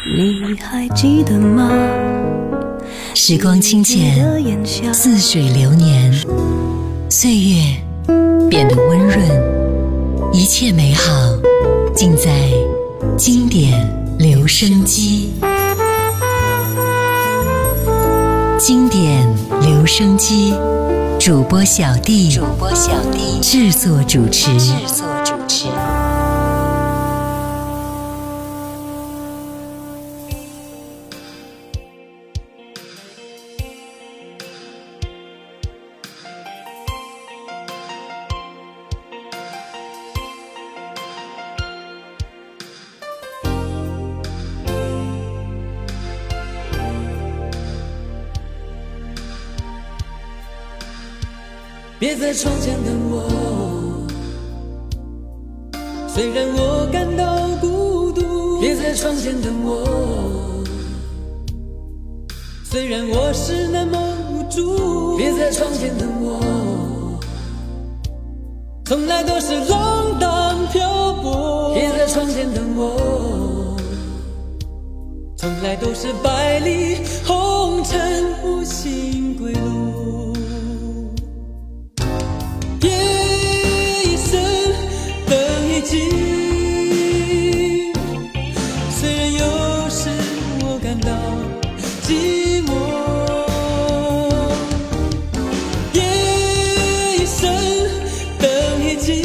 你还记得吗？ 时光清浅，似水流年，岁月变得温润，一切美好尽在经典留声机。经典留声机，主播小弟制作主持。 别在窗前等我，虽然我感到孤独。别在窗前等我，虽然我是那么无助。别在窗前等我，从来都是浪荡漂泊。别在窗前等我，从来都是百里红尘无心归路。虽然有时我感到寂寞，夜一生等已经。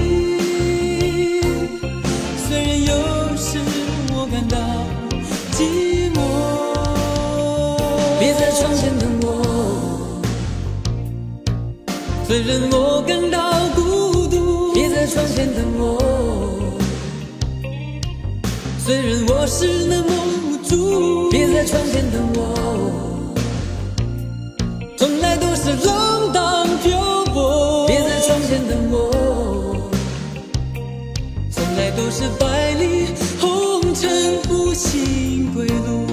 虽然有时我感到寂寞，别在窗前等我，虽然我感到孤独。别在窗前等我，虽然我是那么无助。别在窗前等我，从来都是浪荡漂泊。别在窗前等我，从来都是百里红尘无心归路。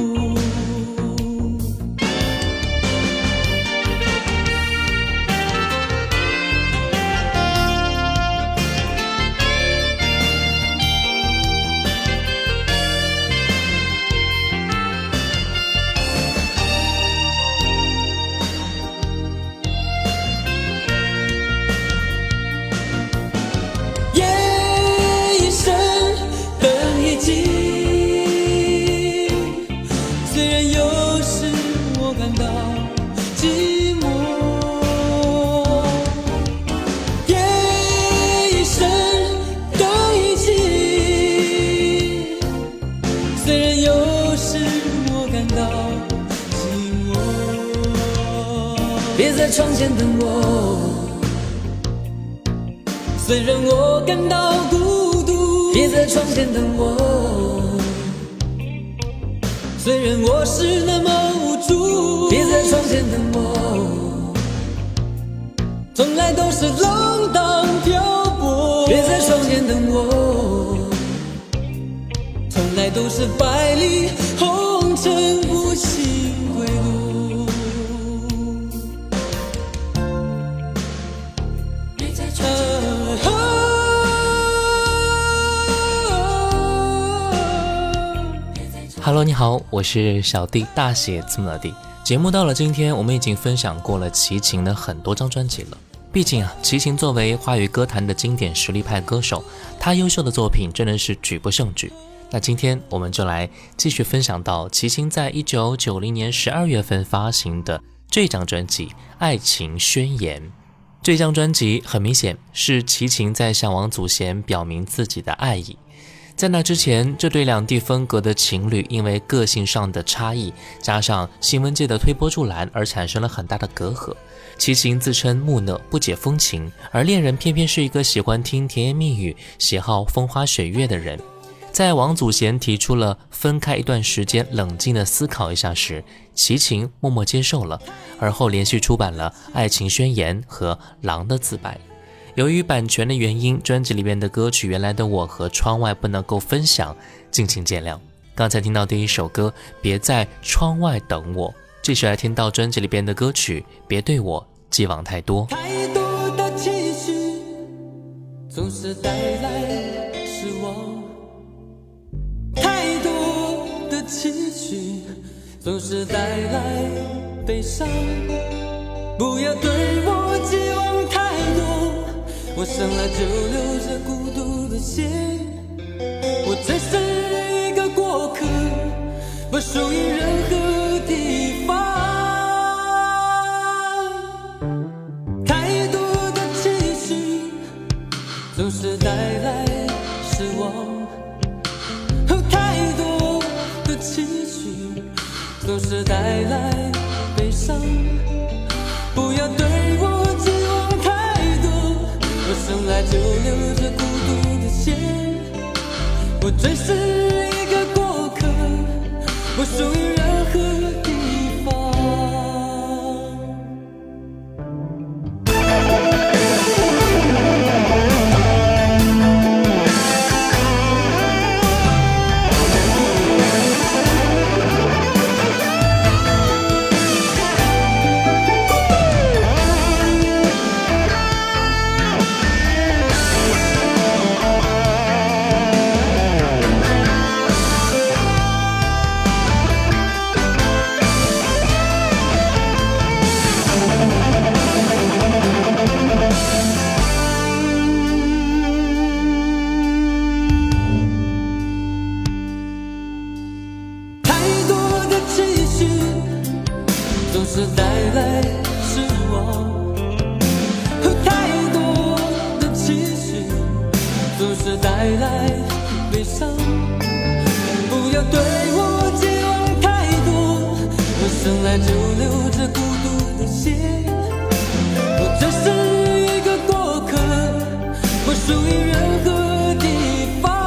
虽然有时我感到寂寞，夜一生等已经。虽然有时我感到寂寞，别在窗前等我，虽然我感到孤独。别在窗前等我，虽然我是那么无助。别在窗前等我，从来都是浪荡漂泊。别在窗前等我，从来都是百里红尘无心归路。别在窗前等我。 Hello， 你好，我是小弟，大写字母的弟。节目到了今天，我们已经分享过了齐秦的很多张专辑了。毕竟齐秦作为华语歌坛的经典实力派歌手，他优秀的作品真的是举不胜举。那今天我们就来继续分享到齐秦在1990年12月份发行的这张专辑《爱情宣言》。这张专辑很明显是齐秦在向王祖贤表明自己的爱意。在那之前，这对两地分隔的情侣因为个性上的差异，加上新闻界的推波助澜而产生了很大的隔阂。齐秦自称木讷不解风情，而恋人偏偏是一个喜欢听甜言蜜语、喜好风花雪月的人。在王祖贤提出了分开一段时间冷静地思考一下时，齐秦默默接受了，而后连续出版了《爱情宣言》和《狼的自白》。由于版权的原因，专辑里面的歌曲《原来的我》和《窗外》不能够分享，敬请见谅。刚才听到第一首歌《别在窗外等我》，这时来听到专辑里边的歌曲《别对我寄望太多》。 太多的期许总是带来失望，太多的情总是带来悲伤。不要对我寄望太多，我生来就流着孤独的血。我只是一个过客，不属于任何地方。太多的期许总是带来失望，太多的期许总是带来悲伤。不要对我寄望太多，我生来就流着孤独的血。我只是一个过客，不属于任何地方。总是带来失望，太多的期许总是带来悲伤。不要对我寄望太多，我生来就流着孤独的血。我只是一个过客，不属于任何地方。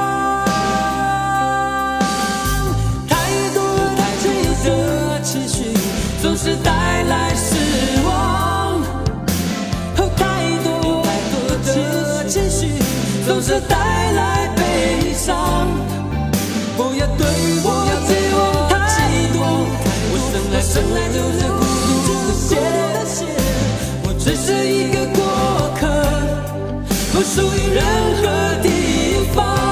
太多的期许总是带来失望，太多的期许总是带来悲伤。不要对我寄望太多，我生来就是孤独的血。我只是一个过客，不属于任何地方。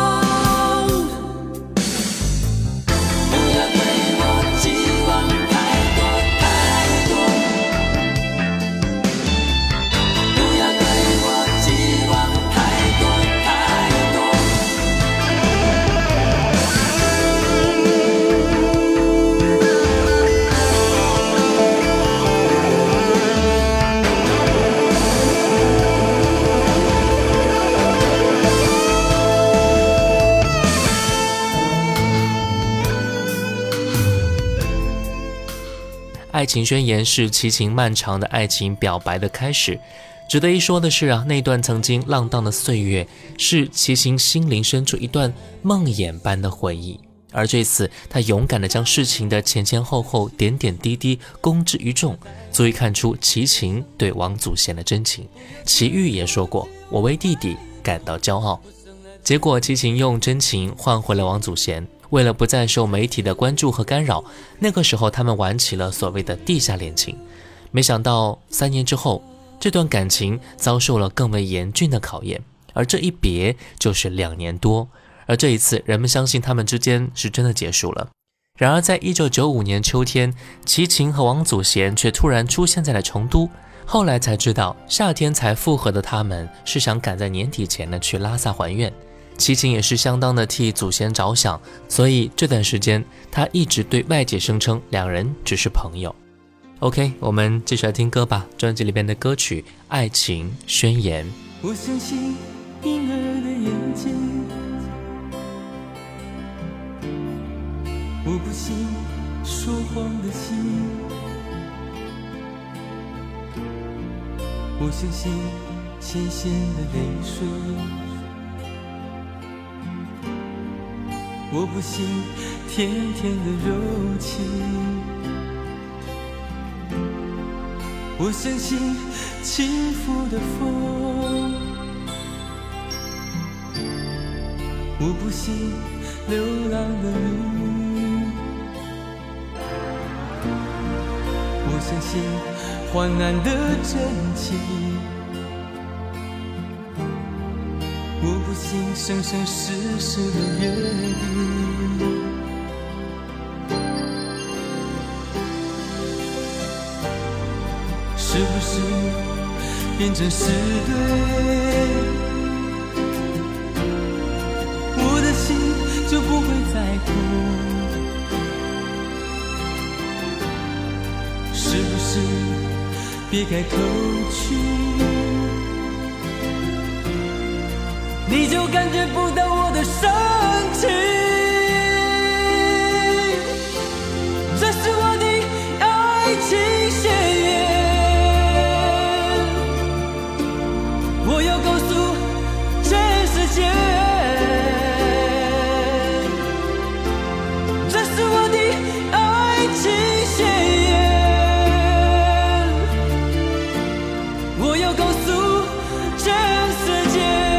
爱情宣言是齐秦漫长的爱情表白的开始。值得一说的是那段曾经浪荡的岁月是齐秦心灵深处一段梦魇般的回忆。而这次他勇敢地将事情的前前后后点点滴滴公之于众，足以看出齐秦对王祖贤的真情。齐豫也说过，我为弟弟感到骄傲。结果齐秦用真情换回了王祖贤，为了不再受媒体的关注和干扰，那个时候他们玩起了所谓的地下恋情。没想到3年之后，这段感情遭受了更为严峻的考验，而这一别就是2年多。而这一次人们相信他们之间是真的结束了。然而在1995年秋天，齐秦和王祖贤却突然出现在了成都。后来才知道，夏天才复合的他们是想赶在年底前去拉萨还愿。齐秦也是相当的替祖贤着想，所以这段时间他一直对外界声称两人只是朋友。OK， 我们继续来听歌吧，专辑里边的歌曲《爱情宣言》。 我相信婴儿的眼睛，我不信说谎的心，我相信咸咸的泪水，我不信甜甜的柔情，我相信轻拂的风，我不信流浪的鱼，我相信患难的真情，我不信生生世世的约定。 是不是变成是对？我的心就不会再痛，是不是别开口去，你就感觉不到我的生气？这是我的爱情宣言，我要告诉全世界，这是我的爱情宣言，我要告诉全世界。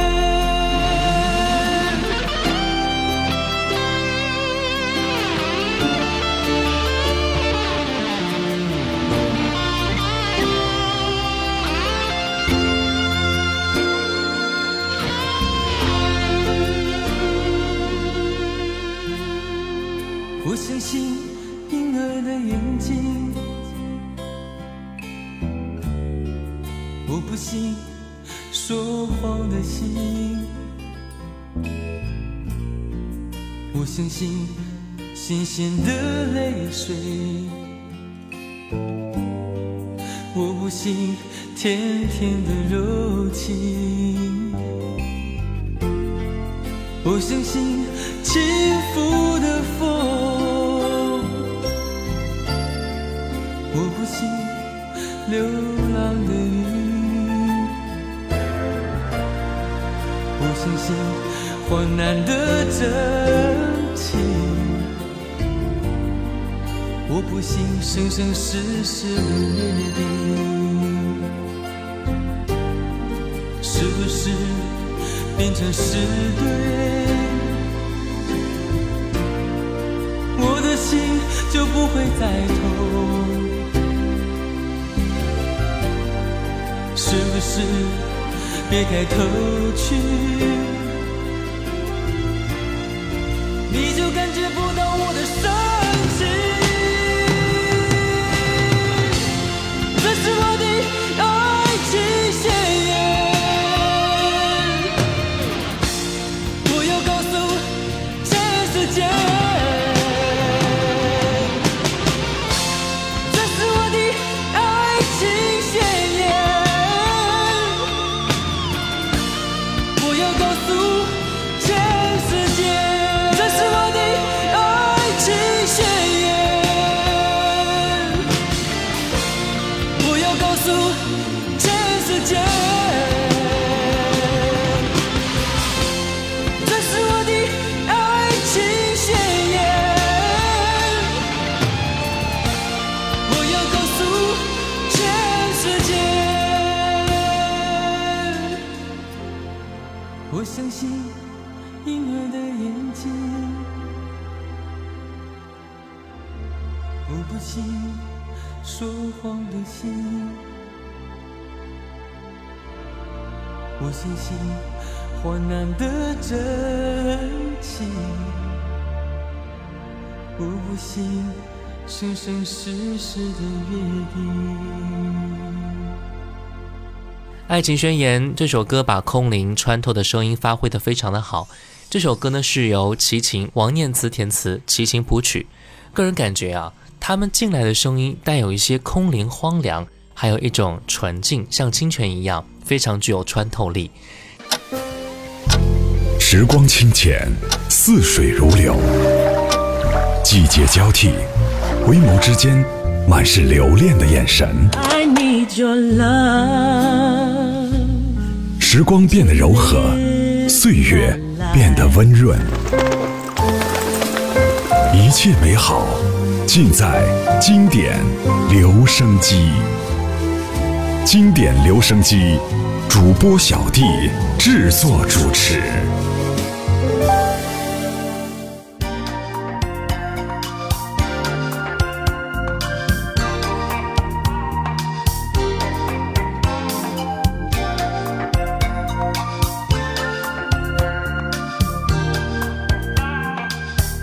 我相信婴儿的眼睛，我不信说谎的心，我相信新鲜的泪水，我不信甜甜的柔情，我相信轻拂的风，我不信流浪的鱼，我相信患难的真情，我不信生生世世的约定，是不是变成是对？我的心就不会再痛，是不是别开口去，你就感觉不到我的生气？这是我的爱情宣言，我要告诉全世界，这是我的爱情宣言，我要告诉全世界，这是我的爱情宣言，我要告诉全世界，这是我的爱情宣言，我要告诉全世界。我相信婴儿的眼睛，我不信说谎的心，我相信患难的真情，我不信生生世世的约定。 爱情宣言这首歌把空灵穿透的声音发挥得非常的好。这首歌呢是由齐秦、王念慈填词，齐秦谱曲。个人感觉啊，他们进来的声音带有一些空灵荒凉，还有一种纯净，像清泉一样，非常具有穿透力。 时光清浅，似水如流，季节交替，回眸之间满是留恋的眼神。 I need your love。 时光变得柔和，岁月变得温润，一切美好尽在经典留声机。经典留声机，主播小弟制作主持。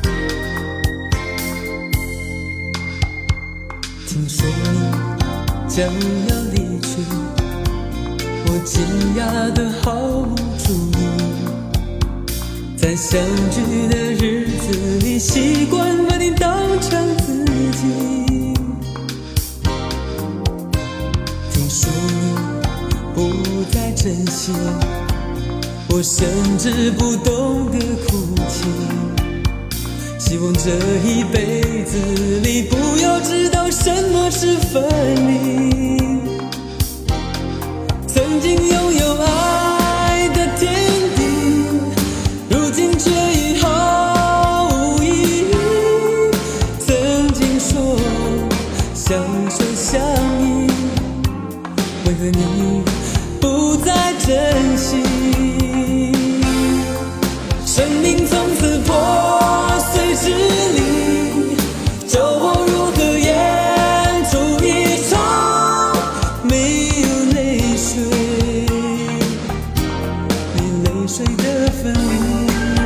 听说你将要离去，我惊讶的毫无注意，在相聚的日子里习惯把你当成自己。听说你不再珍惜，我甚至不懂得哭泣，希望这一辈子里不要知道什么是分离。曾经拥有爱的天地，如今却已毫无意义。曾经说相守相依，为何你不再珍惜？生命从此破碎支离，叫我如何演出一场没有泪水，没有泪水的分离。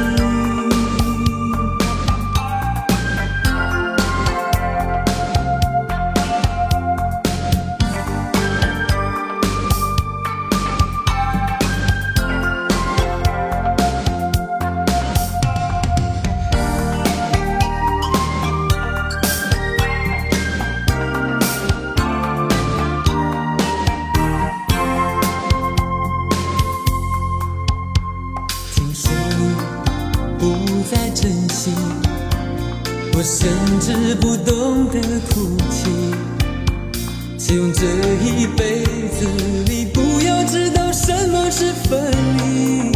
我甚至不懂得哭泣，希望这一辈子里不要知道什么是分离。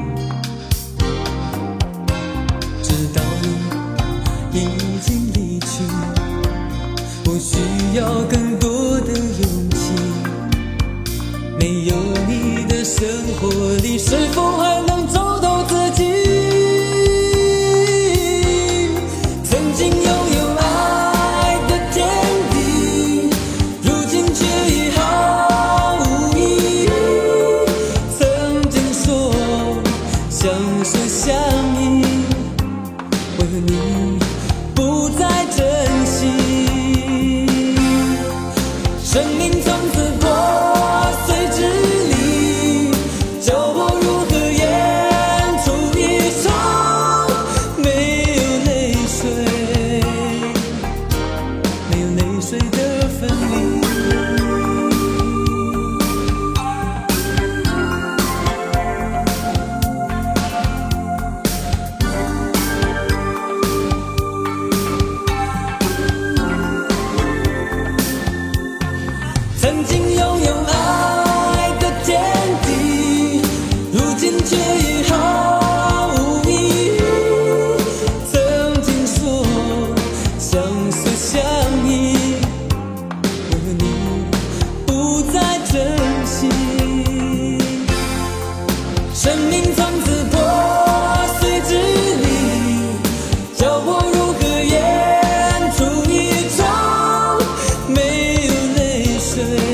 知道你已经离去，我需要更多的勇气，没有你的生活里是否还能找到自己？曾经拥有爱的天地，如今却已毫无意义。曾经说相守相依，为何你不再珍惜？生命从此破碎支离，叫我如何演出一场没有泪水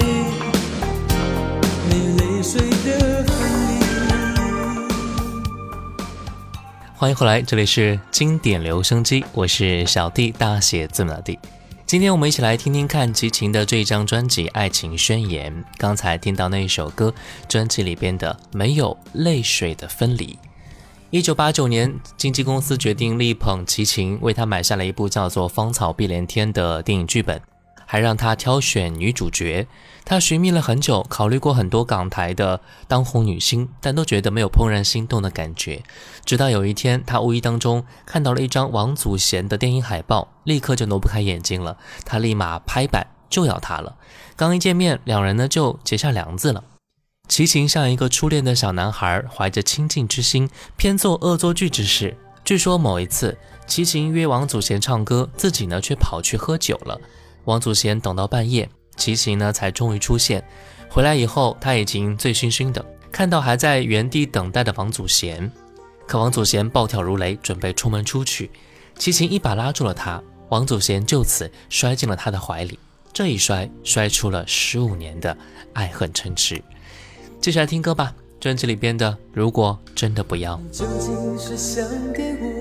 的分离。 欢迎回来，这里是经典留声机，我是小弟，大写字母的弟。今天我们一起来听听看齐秦的这一张专辑《爱情宣言》。刚才听到那一首歌，专辑里边的《没有泪水的分离》。1989年，经纪公司决定力捧齐秦，为他买下了一部叫做《芳草碧连天》的电影剧本，还让他挑选女主角。他寻觅了很久，考虑过很多港台的当红女星，但都觉得没有怦然心动的感觉。直到有一天，他无意当中看到了一张王祖贤的电影海报，立刻就挪不开眼睛了。他立马拍板就要她了。刚一见面，两人呢就结下梁子了。齐秦像一个初恋的小男孩，怀着亲近之心，偏做恶作剧之事。据说某一次，齐秦约王祖贤唱歌，自己呢却跑去喝酒了。王祖贤等到半夜，齐秦呢才终于出现。回来以后，他已经醉醺醺的，看到还在原地等待的王祖贤。可王祖贤暴跳如雷，准备出门出去，齐秦一把拉住了他，王祖贤就此摔进了他的怀里。这一摔，摔出了15年的爱恨嗔痴。接下来听歌吧，专辑里边的《如果真的不要》。 究竟是想给我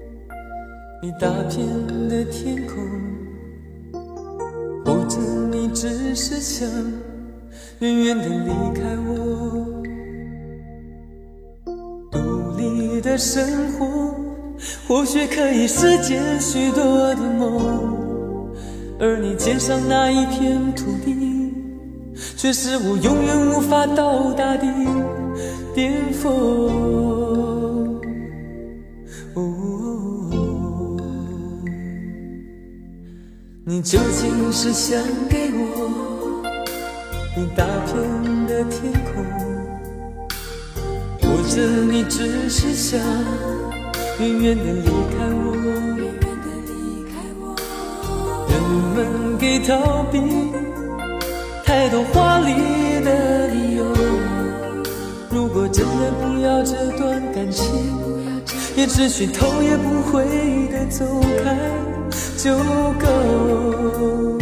一大片的天空，或者你只是想远远地离开我，独立的生活或许可以实现许多的梦，而你肩上那一片土地却是我永远无法到达的巅峰。你究竟是想给我一大片的天空，或者你只是想远远地离开我？人们给逃避太多华丽的理由，如果真的不要这段感情，也只许头也不回的走开就够。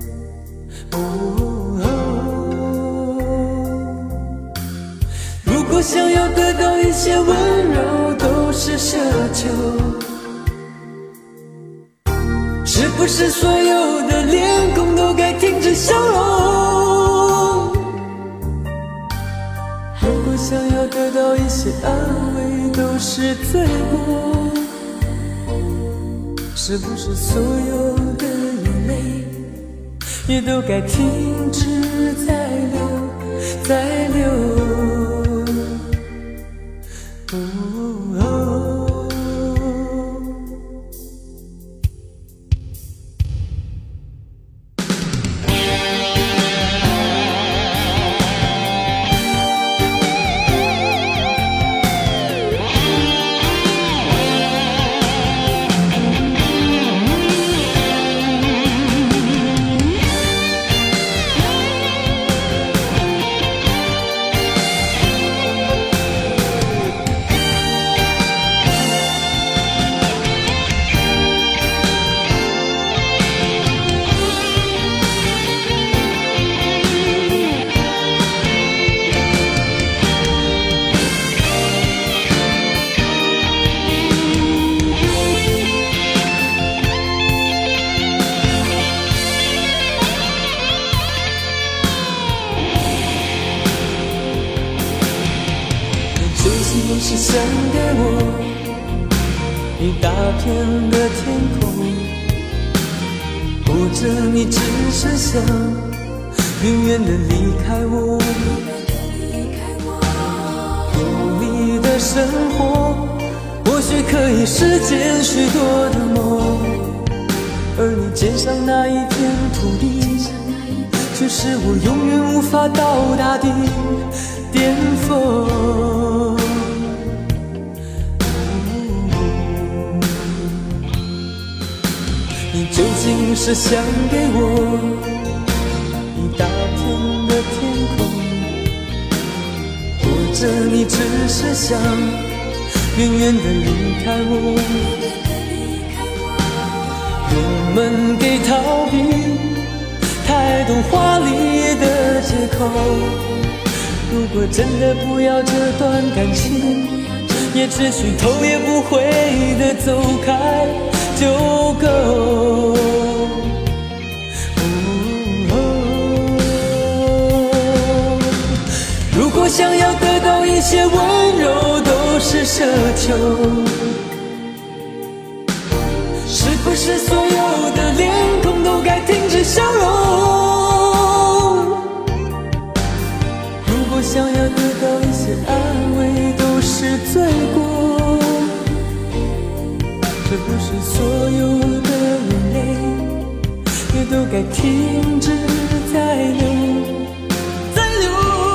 如果想要得到一些温柔都是奢求，是不是所有的脸孔都该停止笑容？如果想要得到一些安慰都是罪过，是不是所有的眼泪也都该停止再流再流？是想给我一大片的天空，或者你只是想远远地离开我？有你的生活或许可以实现许多的梦，而你肩上那一片土地却是我永远无法到达的巅峰。你究竟是想给我一大片的天空，或者你只是想远远地离开我？人们给逃避太多华丽的借口，如果真的不要这段感情，也只许头也不回地走开就够。如果想要得到一些温柔都是奢求，是不是所有的脸孔都该停止笑容？如果想要得到一些安慰都是罪过，是不是所有的眼泪也都该停止再流再流？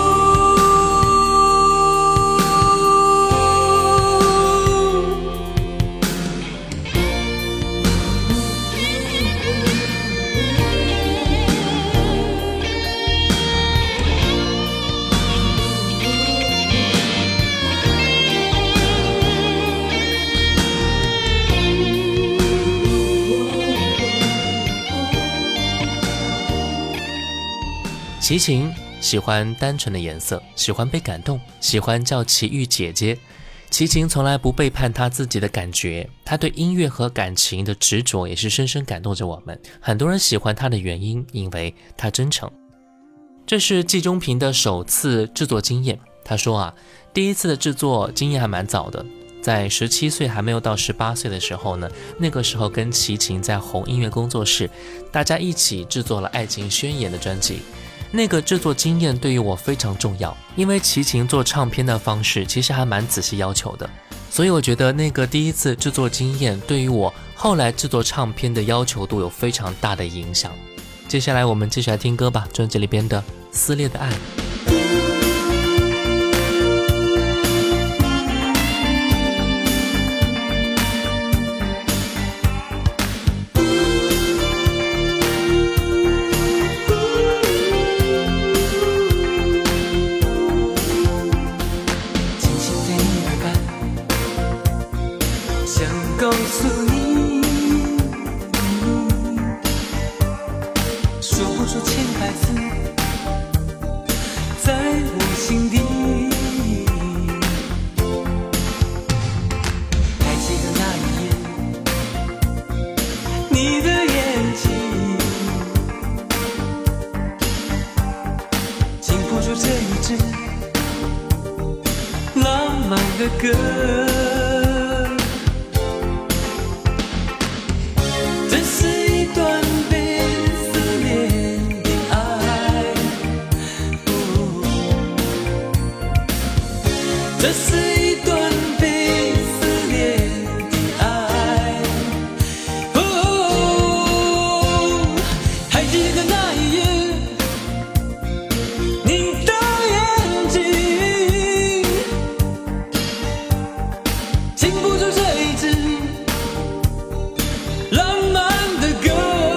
齐秦喜欢单纯的颜色，喜欢被感动，喜欢叫齐豫姐姐。 齐秦从来不背叛他自己的感觉，他对音乐和感情的执着也是深深感动着我们。很多人喜欢他的原因，因为他真诚。这是季中平的首次制作经验。他说第一次的制作经验还蛮早的，在17岁还没有到18岁的时候呢，那个时候跟齐秦在红音乐工作室，大家一起制作了《爱情宣言》的专辑。那个制作经验对于我非常重要，因为齐秦做唱片的方式其实还蛮仔细要求的，所以我觉得那个第一次制作经验对于我后来制作唱片的要求度有非常大的影响。接下来我们继续来听歌吧，专辑里边的《撕裂的爱》。 告诉你，说不出千百次，在我心底。还记得那一夜，你的眼睛，禁不住这一支浪漫的歌。这是一段被撕裂的爱，还记得那一夜，你的眼睛，禁不住这一支浪漫的歌。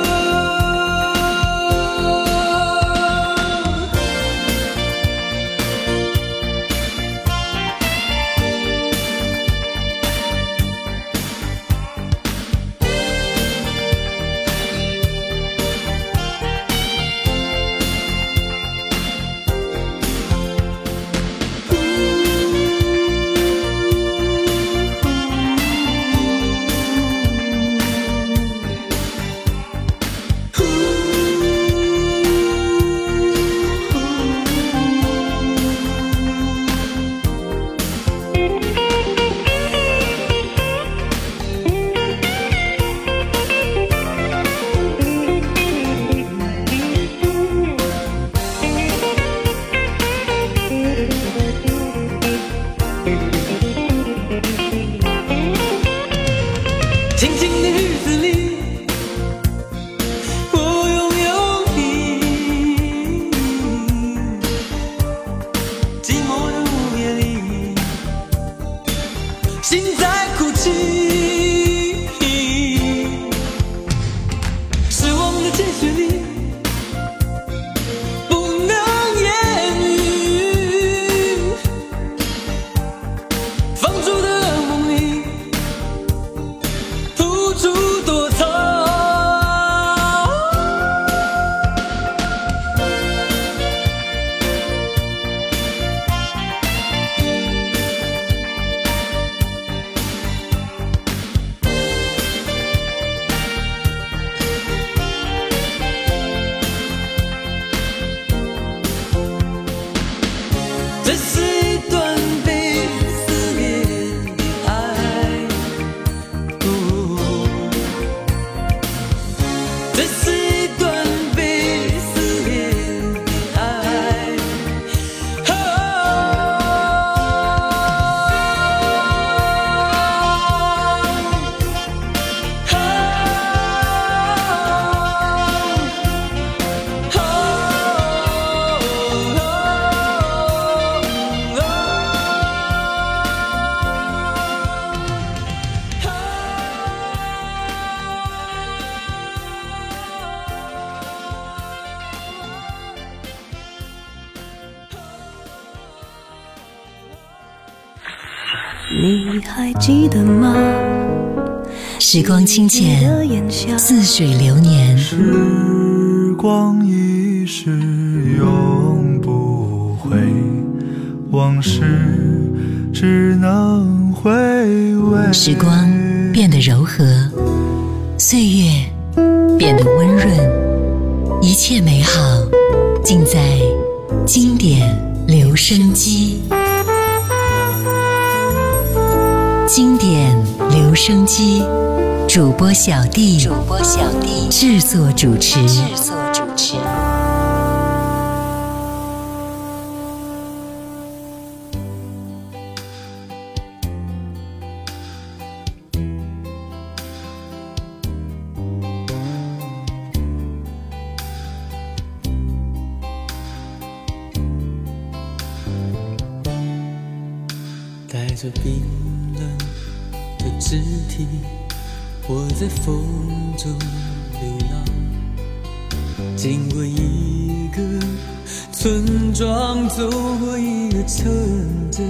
你还记得吗？时光清浅，似水流年。 时光一逝永不回，往事只能回味。 时光变得柔和，岁月变得温润，一切美好尽在经典留声机。经典留声机，主播小弟制作主持。 带着冰冷的肢体，我在风中流浪，经过一个村庄，走过一个城镇，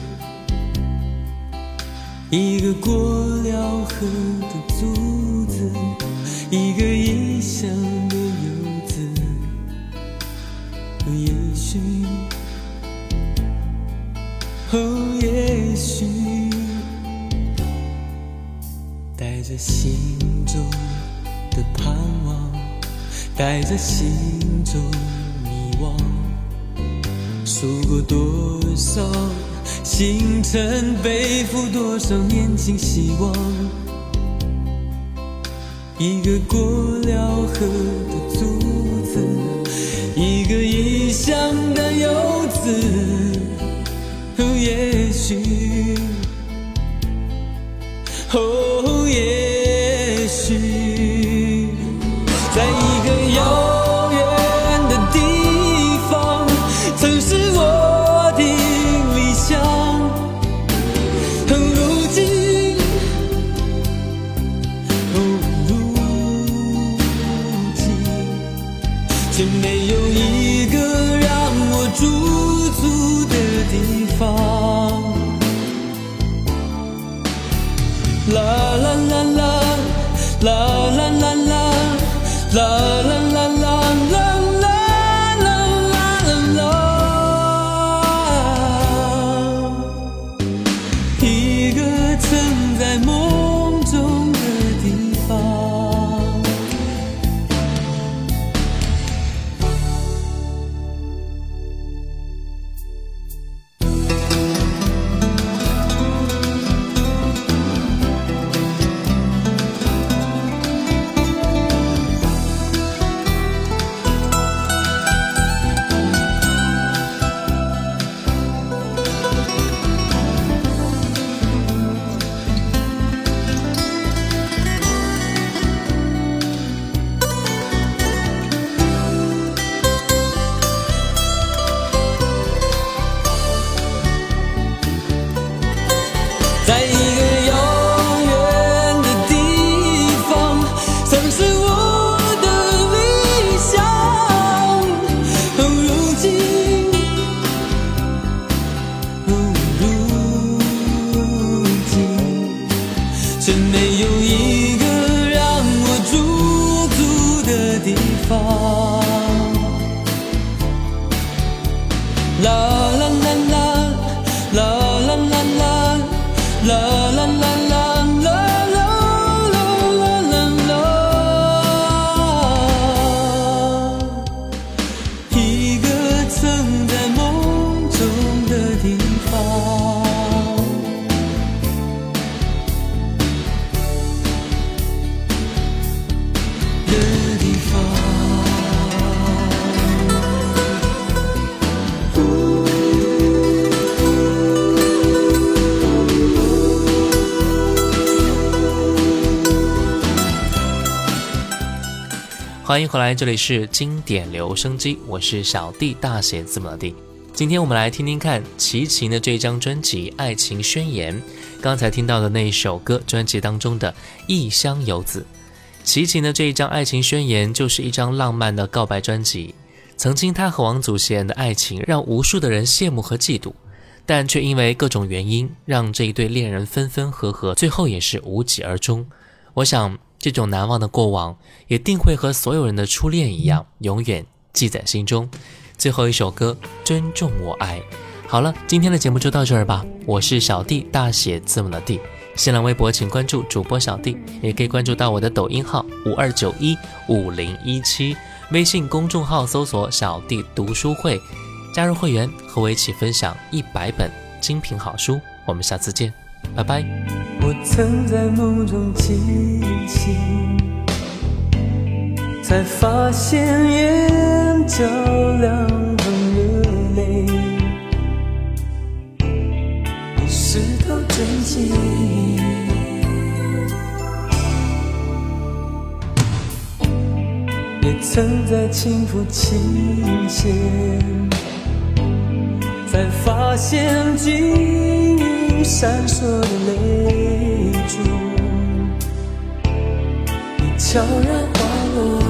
一个过了河的族子，一个异乡的游子，也许也许带着心中的盼望，带着心中迷惘，数过多少星辰，背负多少年轻希望，一个过了河的族子，一个异乡的游子，也许也许在一个遥远的地方，曾是我的理想，如今却没有一个让我驻足的地方。啦啦啦啦啦啦啦啦啦啦啦啦啦啦，一个曾在梦中的地方。在一个遥远的地方，曾是我的理想，如今却没有一个让我驻足的地方。啦啦啦啦啦啦啦啦啦啦啦啦啦啦啦啦，一个曾在梦中的地方。 欢迎回来，这里是经典留声机，我是小弟大写字母的弟。今天我们来听听看齐秦的这张专辑《爱情宣言》，刚才听到的那一首歌，专辑当中的《异乡游子》。齐秦的这一张《爱情宣言》就是一张浪漫的告白专辑。曾经他和王祖贤的爱情让无数的人羡慕和嫉妒，但却因为各种原因，让这一对恋人分分合合，最后也是无疾而终。我想这种难忘的过往也定会和所有人的初恋一样，永远记在心中。最后一首歌《尊重我爱》。 好了，今天的节目就到这儿吧。我是小弟，大写字母的弟。新浪微博请关注主播小弟，也可以关注到我的抖音号52915017，微信公众号搜索小弟读书会，加入会员和我一起分享100本精品好书。我们下次见，拜拜。 我曾在梦中惊醒，才发现眼角两行热泪，你是头真情。也曾在轻抚琴弦，才发现晶莹闪烁的泪珠，你悄然滑落。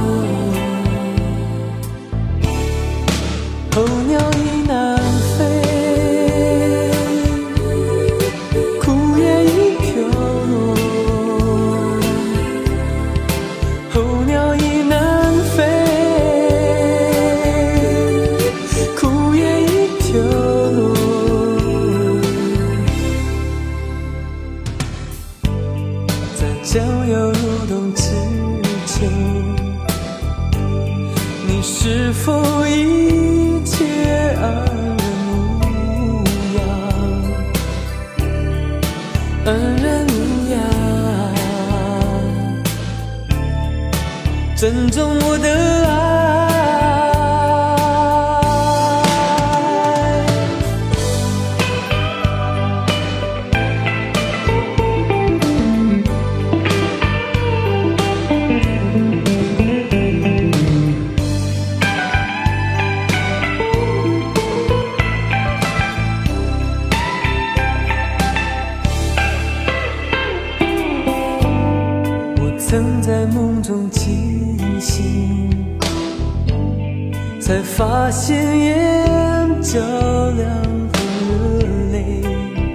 候鸟已南飞，枯叶已飘落。候鸟已南飞，枯叶已飘落。在将要入冬之前，你是否一切安然无恙？安然无恙，珍重我的爱。曾在梦中惊醒，才发现眼角两行热泪，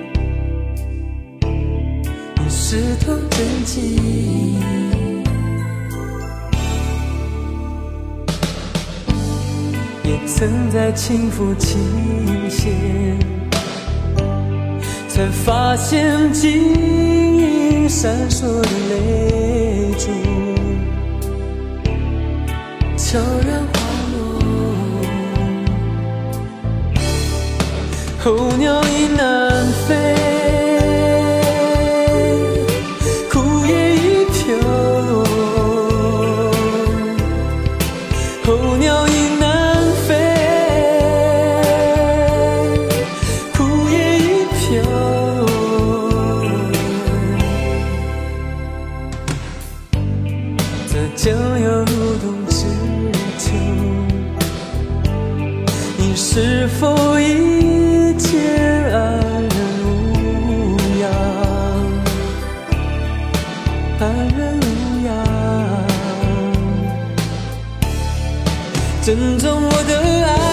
你是头真情。也曾在轻抚琴弦，才发现晶莹闪烁的泪珠，悄然滑落。候鸟已南飞，枯叶已飘落。候鸟已南飞，枯叶已飘落。在将要入冬之秋，你是否一切安然无恙？安然无恙，珍重我的爱。